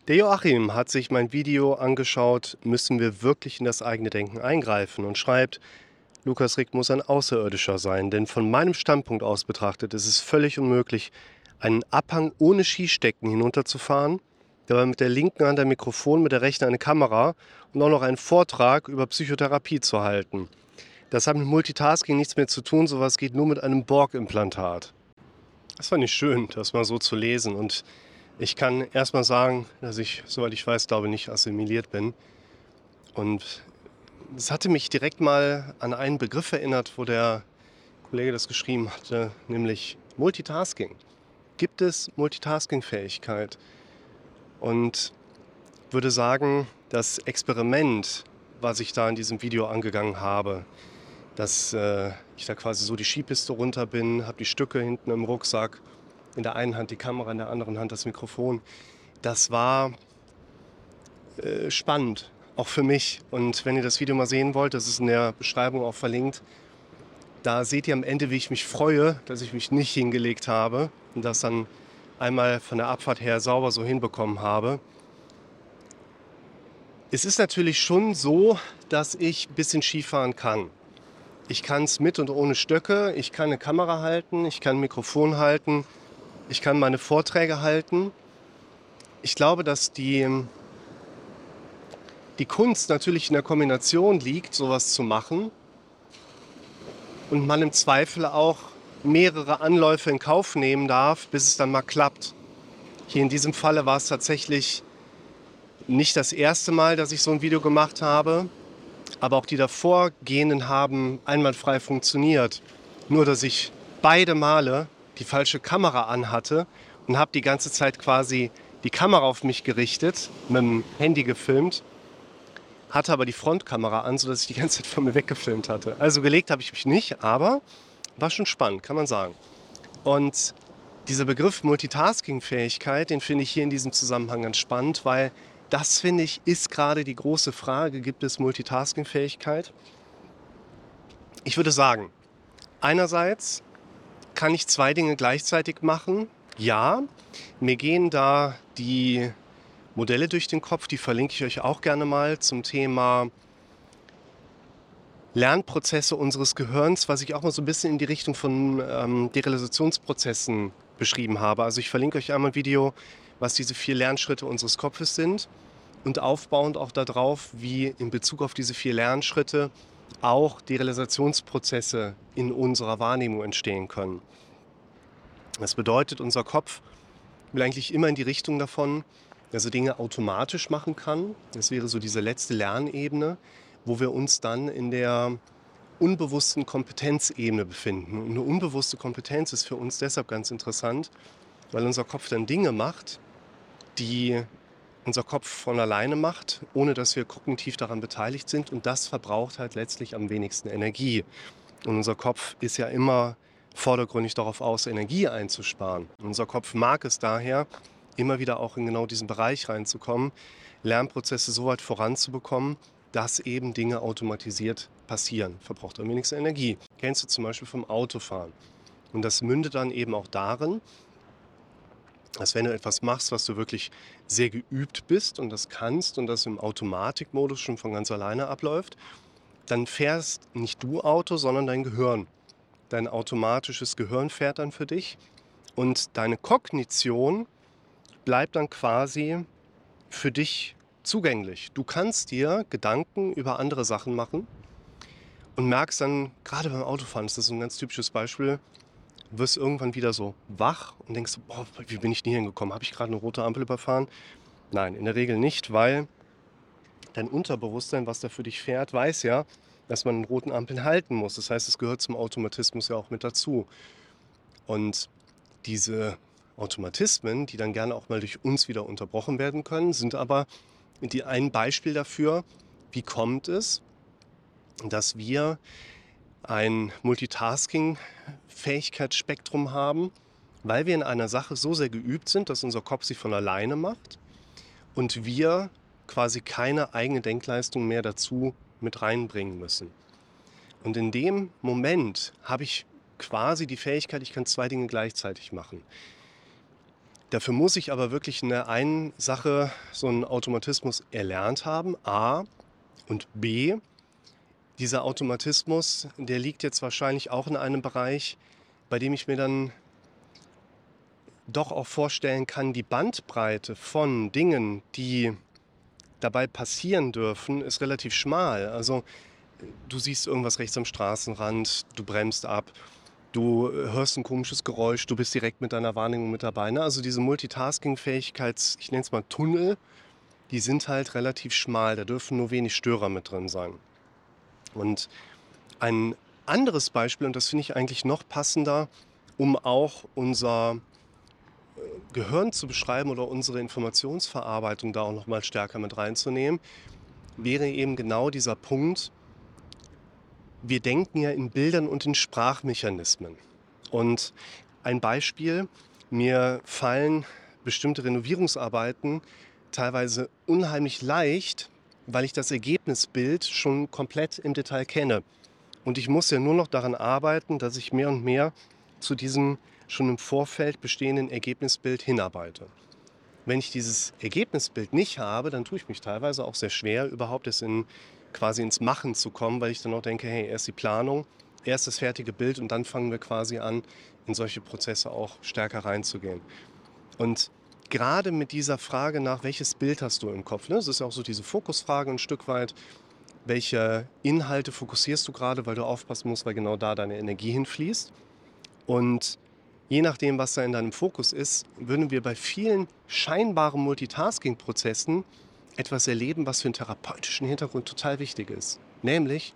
Der Joachim hat sich mein Video angeschaut, müssen wir wirklich in das eigene Denken eingreifen und schreibt, Lukas Rick muss ein Außerirdischer sein, denn von meinem Standpunkt aus betrachtet ist es völlig unmöglich, einen Abhang ohne Skistecken hinunterzufahren, dabei mit der linken Hand ein Mikrofon, mit der rechten eine Kamera und auch noch einen Vortrag über Psychotherapie zu halten. Das hat mit Multitasking nichts mehr zu tun, sowas geht nur mit einem Borg-Implantat. Das fand ich schön, das mal so zu lesen, und ich kann erst mal sagen, dass ich, soweit ich weiß, glaube nicht assimiliert bin. Und es hatte mich direkt mal an einen Begriff erinnert, wo der Kollege das geschrieben hatte, nämlich Multitasking. Gibt es Multitasking-Fähigkeit? Und würde sagen, das Experiment, was ich da in diesem Video angegangen habe, dass ich da quasi so die Skipiste runter bin, habe die Stücke hinten im Rucksack, in der einen Hand die Kamera, in der anderen Hand das Mikrofon. Das war spannend, auch für mich. Und wenn ihr das Video mal sehen wollt, das ist in der Beschreibung auch verlinkt, da seht ihr am Ende, wie ich mich freue, dass ich mich nicht hingelegt habe und das dann einmal von der Abfahrt her sauber so hinbekommen habe. Es ist natürlich schon so, dass ich ein bisschen Skifahren kann. Ich kann es mit und ohne Stöcke, ich kann eine Kamera halten, ich kann ein Mikrofon halten, ich kann meine Vorträge halten. Ich glaube, dass die Kunst natürlich in der Kombination liegt, sowas zu machen, und man im Zweifel auch mehrere Anläufe in Kauf nehmen darf, bis es dann mal klappt. Hier in diesem Falle war es tatsächlich nicht das erste Mal, dass ich so ein Video gemacht habe, aber auch die davorgehenden haben einwandfrei funktioniert. Nur dass ich beide Male die falsche Kamera anhatte und habe die ganze Zeit quasi die Kamera auf mich gerichtet, mit dem Handy gefilmt, hatte aber die Frontkamera an, sodass ich die ganze Zeit von mir weggefilmt hatte. Also gelegt habe ich mich nicht, aber war schon spannend, kann man sagen. Und dieser Begriff Multitasking-Fähigkeit, den finde ich hier in diesem Zusammenhang ganz spannend, weil das, finde ich, ist gerade die große Frage, gibt es Multitasking-Fähigkeit? Ich würde sagen, einerseits kann ich zwei Dinge gleichzeitig machen. Ja, mir gehen da die Modelle durch den Kopf, die verlinke ich euch auch gerne mal zum Thema Lernprozesse unseres Gehirns, was ich auch mal so ein bisschen in die Richtung von Derealisationsprozessen beschrieben habe. Also ich verlinke euch einmal ein Video, was diese 4 Lernschritte unseres Kopfes sind, und aufbauend auch darauf, wie in Bezug auf diese 4 Lernschritte auch Derealisationsprozesse in unserer Wahrnehmung entstehen können. Das bedeutet, unser Kopf will eigentlich immer in die Richtung davon, dass er Dinge automatisch machen kann. Das wäre so diese letzte Lernebene, wo wir uns dann in der unbewussten Kompetenzebene befinden. Und eine unbewusste Kompetenz ist für uns deshalb ganz interessant, weil unser Kopf dann Dinge macht, die unser Kopf von alleine macht, ohne dass wir kognitiv daran beteiligt sind. Und das verbraucht halt letztlich am wenigsten Energie. Und unser Kopf ist ja immer vordergründig darauf aus, Energie einzusparen. Und unser Kopf mag es daher, immer wieder auch in genau diesen Bereich reinzukommen, Lernprozesse so weit voranzubekommen, dass eben Dinge automatisiert passieren. Verbraucht am wenigsten Energie. Kennst du zum Beispiel vom Autofahren. Und das mündet dann eben auch darin, dass wenn du etwas machst, was du wirklich sehr geübt bist und das kannst und das im Automatikmodus schon von ganz alleine abläuft, dann fährst nicht du Auto, sondern dein Gehirn. Dein automatisches Gehirn fährt dann für dich und deine Kognition bleibt dann quasi für dich zugänglich. Du kannst dir Gedanken über andere Sachen machen und merkst dann, gerade beim Autofahren ist das so ein ganz typisches Beispiel, wirst irgendwann wieder so wach und denkst, boah, wie bin ich denn hier hingekommen? Habe ich gerade eine rote Ampel überfahren? Nein, in der Regel nicht, weil dein Unterbewusstsein, was da für dich fährt, weiß ja, dass man an roten Ampeln halten muss. Das heißt, es gehört zum Automatismus ja auch mit dazu. Und diese Automatismen, die dann gerne auch mal durch uns wieder unterbrochen werden können, sind aber ein Beispiel dafür, wie kommt es, dass wir ein Multitasking-Fähigkeitsspektrum haben, weil wir in einer Sache so sehr geübt sind, dass unser Kopf sie von alleine macht und wir quasi keine eigene Denkleistung mehr dazu mit reinbringen müssen. Und in dem Moment habe ich quasi die Fähigkeit, ich kann zwei Dinge gleichzeitig machen. Dafür muss ich aber wirklich in der einen Sache so einen Automatismus erlernt haben, A, und B, dieser Automatismus, der liegt jetzt wahrscheinlich auch in einem Bereich, bei dem ich mir dann doch auch vorstellen kann, die Bandbreite von Dingen, die dabei passieren dürfen, ist relativ schmal. Also du siehst irgendwas rechts am Straßenrand, du bremst ab, du hörst ein komisches Geräusch, du bist direkt mit deiner Wahrnehmung mit dabei. Ne? Also diese Multitasking-Fähigkeits, ich nenne es mal Tunnel, die sind halt relativ schmal, da dürfen nur wenig Störer mit drin sein. Und ein anderes Beispiel, und das finde ich eigentlich noch passender, um auch unser Gehirn zu beschreiben oder unsere Informationsverarbeitung da auch noch mal stärker mit reinzunehmen, wäre eben genau dieser Punkt: Wir denken ja in Bildern und in Sprachmechanismen. Und ein Beispiel: Mir fallen bestimmte Renovierungsarbeiten teilweise unheimlich leicht, weil ich das Ergebnisbild schon komplett im Detail kenne. Und ich muss ja nur noch daran arbeiten, dass ich mehr und mehr zu diesem schon im Vorfeld bestehenden Ergebnisbild hinarbeite. Wenn ich dieses Ergebnisbild nicht habe, dann tue ich mich teilweise auch sehr schwer, überhaupt erst quasi ins Machen zu kommen, weil ich dann auch denke, hey, erst die Planung, erst das fertige Bild und dann fangen wir quasi an, in solche Prozesse auch stärker reinzugehen. Und gerade mit dieser Frage nach, welches Bild hast du im Kopf, ne? Das ist ja auch so diese Fokusfrage ein Stück weit. Welche Inhalte fokussierst du gerade, weil du aufpassen musst, weil genau da deine Energie hinfließt. Und je nachdem, was da in deinem Fokus ist, würden wir bei vielen scheinbaren Multitasking-Prozessen etwas erleben, was für einen therapeutischen Hintergrund total wichtig ist. Nämlich,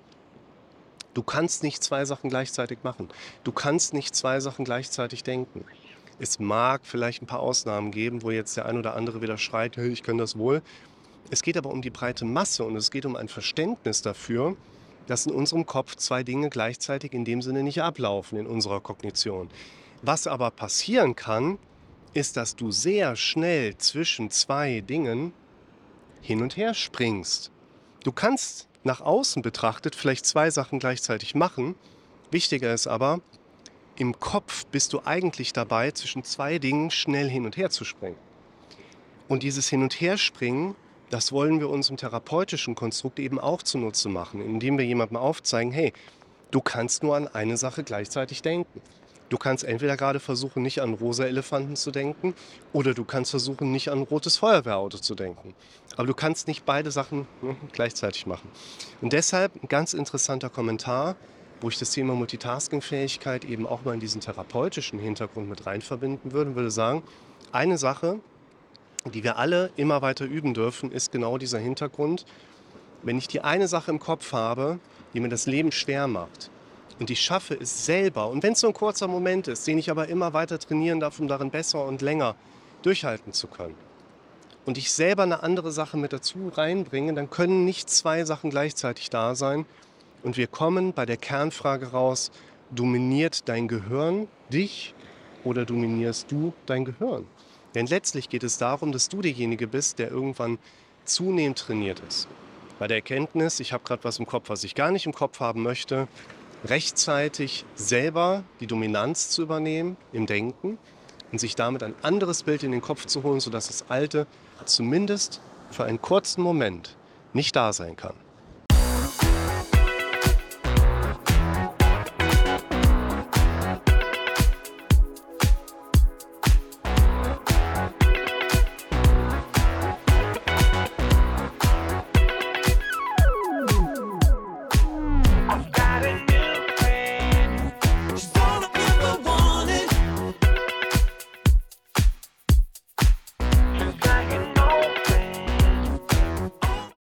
du kannst nicht zwei Sachen gleichzeitig machen. Du kannst nicht zwei Sachen gleichzeitig denken. Es mag vielleicht ein paar Ausnahmen geben, wo jetzt der ein oder andere wieder schreit, hey, ich kann das wohl. Es geht aber um die breite Masse und es geht um ein Verständnis dafür, dass in unserem Kopf zwei Dinge gleichzeitig in dem Sinne nicht ablaufen in unserer Kognition. Was aber passieren kann, ist, dass du sehr schnell zwischen zwei Dingen hin und her springst. Du kannst nach außen betrachtet vielleicht zwei Sachen gleichzeitig machen. Wichtiger ist aber, im Kopf bist du eigentlich dabei, zwischen zwei Dingen schnell hin und her zu springen. Und dieses Hin- und Herspringen, das wollen wir uns im therapeutischen Konstrukt eben auch zunutze machen, indem wir jemandem aufzeigen, hey, du kannst nur an eine Sache gleichzeitig denken. Du kannst entweder gerade versuchen, nicht an rosa Elefanten zu denken, oder du kannst versuchen, nicht an ein rotes Feuerwehrauto zu denken. Aber du kannst nicht beide Sachen gleichzeitig machen. Und deshalb ein ganz interessanter Kommentar, wo ich das Thema Multitasking-Fähigkeit eben auch mal in diesen therapeutischen Hintergrund mit rein verbinden würde und würde sagen, eine Sache, die wir alle immer weiter üben dürfen, ist genau dieser Hintergrund. Wenn ich die eine Sache im Kopf habe, die mir das Leben schwer macht, und ich schaffe es selber, und wenn es so ein kurzer Moment ist, den ich aber immer weiter trainieren darf, um darin besser und länger durchhalten zu können, und ich selber eine andere Sache mit dazu reinbringe, dann können nicht zwei Sachen gleichzeitig da sein. Und wir kommen bei der Kernfrage raus: Dominiert dein Gehirn dich oder dominierst du dein Gehirn? Denn letztlich geht es darum, dass du derjenige bist, der irgendwann zunehmend trainiert ist. Bei der Erkenntnis, ich habe gerade was im Kopf, was ich gar nicht im Kopf haben möchte, rechtzeitig selber die Dominanz zu übernehmen im Denken und sich damit ein anderes Bild in den Kopf zu holen, sodass das Alte zumindest für einen kurzen Moment nicht da sein kann.